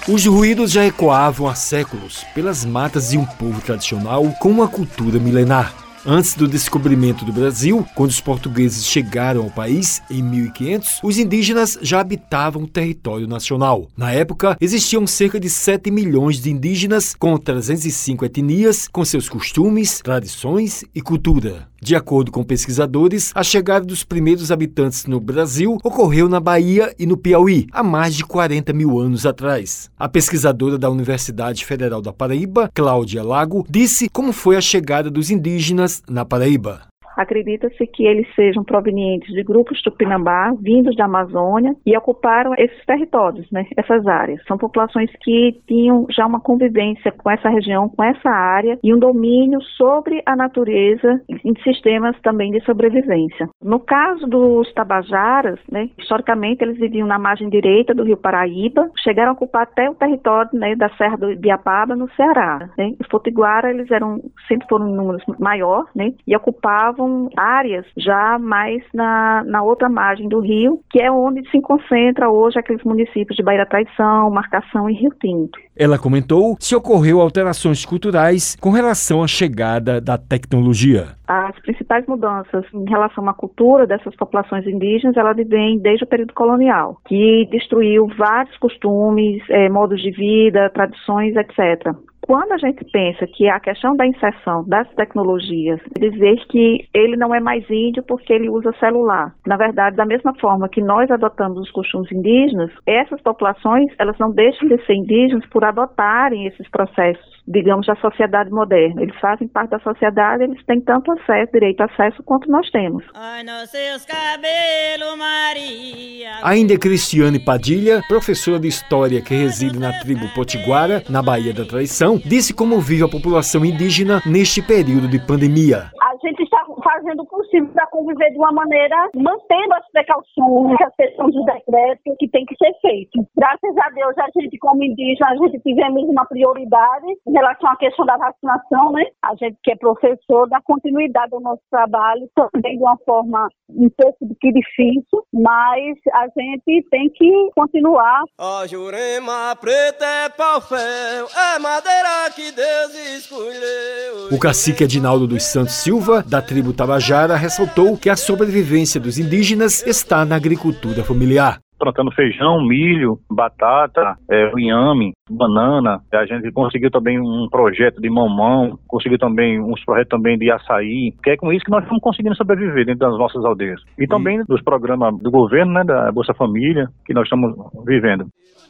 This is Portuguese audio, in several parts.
Os ruídos já ecoavam há séculos pelas matas de um povo tradicional com uma cultura milenar. Antes do descobrimento do Brasil, quando os portugueses chegaram ao país em 1500, os indígenas já habitavam o território nacional. Na época, existiam cerca de 7 milhões de indígenas com 305 etnias, com seus costumes, tradições e cultura. De acordo com pesquisadores, a chegada dos primeiros habitantes no Brasil ocorreu na Bahia e no Piauí, há mais de 40 mil anos atrás. A pesquisadora da Universidade Federal da Paraíba, Cláudia Lago, disse como foi a chegada dos indígenas na Paraíba. Acredita-se que eles sejam provenientes de grupos tupinambá, vindos da Amazônia, e ocuparam esses territórios, essas áreas. São populações que tinham já uma convivência com essa região, com essa área, e um domínio sobre a natureza em sistemas também de sobrevivência. No caso dos tabajaras, historicamente eles viviam na margem direita do rio Paraíba, chegaram a ocupar até o território da Serra do Ibiapaba, no Ceará. Os potiguara, eles sempre foram em números maior, e ocupavam áreas já mais na outra margem do rio, que é onde se concentra hoje aqueles municípios de Baía da Traição, Marcação e Rio Tinto. Ela comentou se ocorreu alterações culturais com relação à chegada da tecnologia. As principais mudanças em relação à cultura dessas populações indígenas, ela vem desde o período colonial, que destruiu vários costumes, modos de vida, tradições, etc. Quando a gente pensa que a questão da inserção das tecnologias, dizer que ele não é mais índio porque ele usa celular. Na verdade, da mesma forma que nós adotamos os costumes indígenas, essas populações, elas não deixam de ser indígenas por adotarem esses processos, digamos, da sociedade moderna. Eles fazem parte da sociedade, eles têm tanto acesso, direito a acesso, quanto nós temos. Ai, nos seus cabelos, Maria. Ainda é Cristiane Padilha, professora de História que reside na tribo Potiguara, na Baía da Traição, disse como vive a população indígena neste período de pandemia. A gente está fazendo o possível para conviver de uma maneira, mantendo as precauções, a questão dos decretos que tem que ser feito. Graças a Deus, a gente como indígena, a gente tivemos uma prioridade em relação à questão da vacinação, A gente que é professor, dá continuidade ao nosso trabalho, também de uma forma um pouco difícil, mas a gente tem que continuar. A Jurema preta é pau-fel, é madeira que Deus escolheu. O cacique Edinaldo dos Santos Silva, da tribo Tabajara, ressaltou que a sobrevivência dos indígenas está na agricultura familiar. Plantando feijão, milho, batata, inhame, banana. A gente conseguiu também um projeto de mamão, conseguiu também uns projetos também de açaí, que é com isso que nós estamos conseguindo sobreviver dentro das nossas aldeias. E também dos programas do governo, da Bolsa Família, que nós estamos vivendo.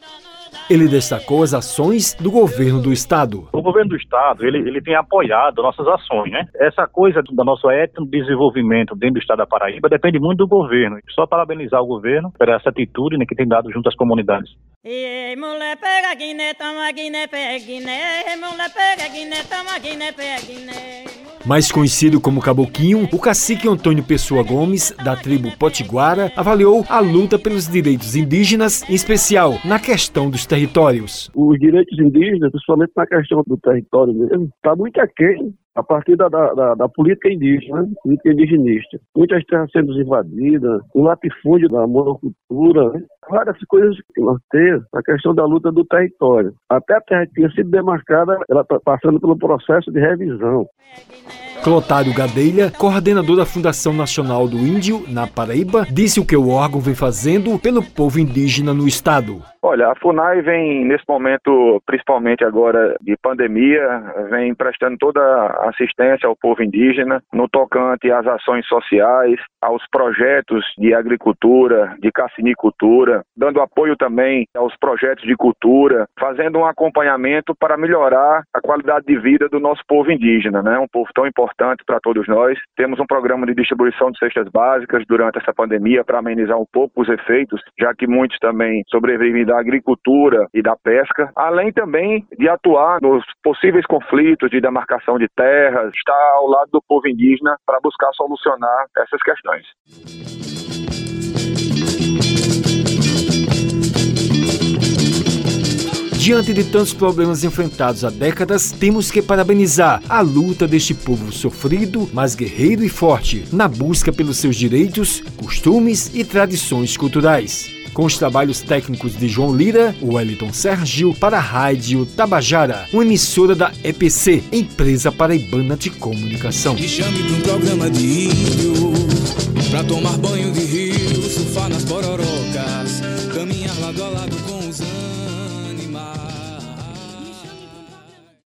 Ele destacou as ações do governo do estado. O governo do estado, ele tem apoiado nossas ações, Essa coisa do nosso desenvolvimento dentro do estado da Paraíba depende muito do governo. Só parabenizar o governo por essa atitude que tem dado junto às comunidades. Ei, mulher, pega Guiné, toma Guiné, pega Guiné. Ei, mulher, pega Guiné, toma Guiné, pega Guiné. Mais conhecido como Caboquinho, o cacique Antônio Pessoa Gomes, da tribo Potiguara, avaliou a luta pelos direitos indígenas, em especial na questão dos territórios. Os direitos indígenas, principalmente na questão do território mesmo, está muito aquém a partir da política indígena, política indigenista. Muitas terras sendo invadidas, o latifúndio da monocultura, várias coisas que nós temos, a questão da luta do território. Até a terra que tinha sido demarcada, ela está passando pelo processo de revisão. Clotário Gadelha, coordenador da Fundação Nacional do Índio, na Paraíba, disse o que o órgão vem fazendo pelo povo indígena no estado. Olha, a FUNAI vem, nesse momento, principalmente agora de pandemia, vem prestando toda a assistência ao povo indígena no tocante às ações sociais, aos projetos de agricultura, de cassinicultura, dando apoio também aos projetos de cultura, fazendo um acompanhamento para melhorar a qualidade de vida do nosso povo indígena, um povo tão importante para todos nós. Temos um programa de distribuição de cestas básicas durante essa pandemia para amenizar um pouco os efeitos, já que muitos também sobrevivem da agricultura e da pesca, além também de atuar nos possíveis conflitos de demarcação de terras, estar ao lado do povo indígena para buscar solucionar essas questões. Diante de tantos problemas enfrentados há décadas, temos que parabenizar a luta deste povo sofrido, mas guerreiro e forte, na busca pelos seus direitos, costumes e tradições culturais. com os trabalhos técnicos de João Lira, o Wellington Sérgio, para a Rádio Tabajara, uma emissora da EPC, Empresa Paraibana de Comunicação. Me chame para um programa de índio, pra tomar banho de rio, surfar nas bororó.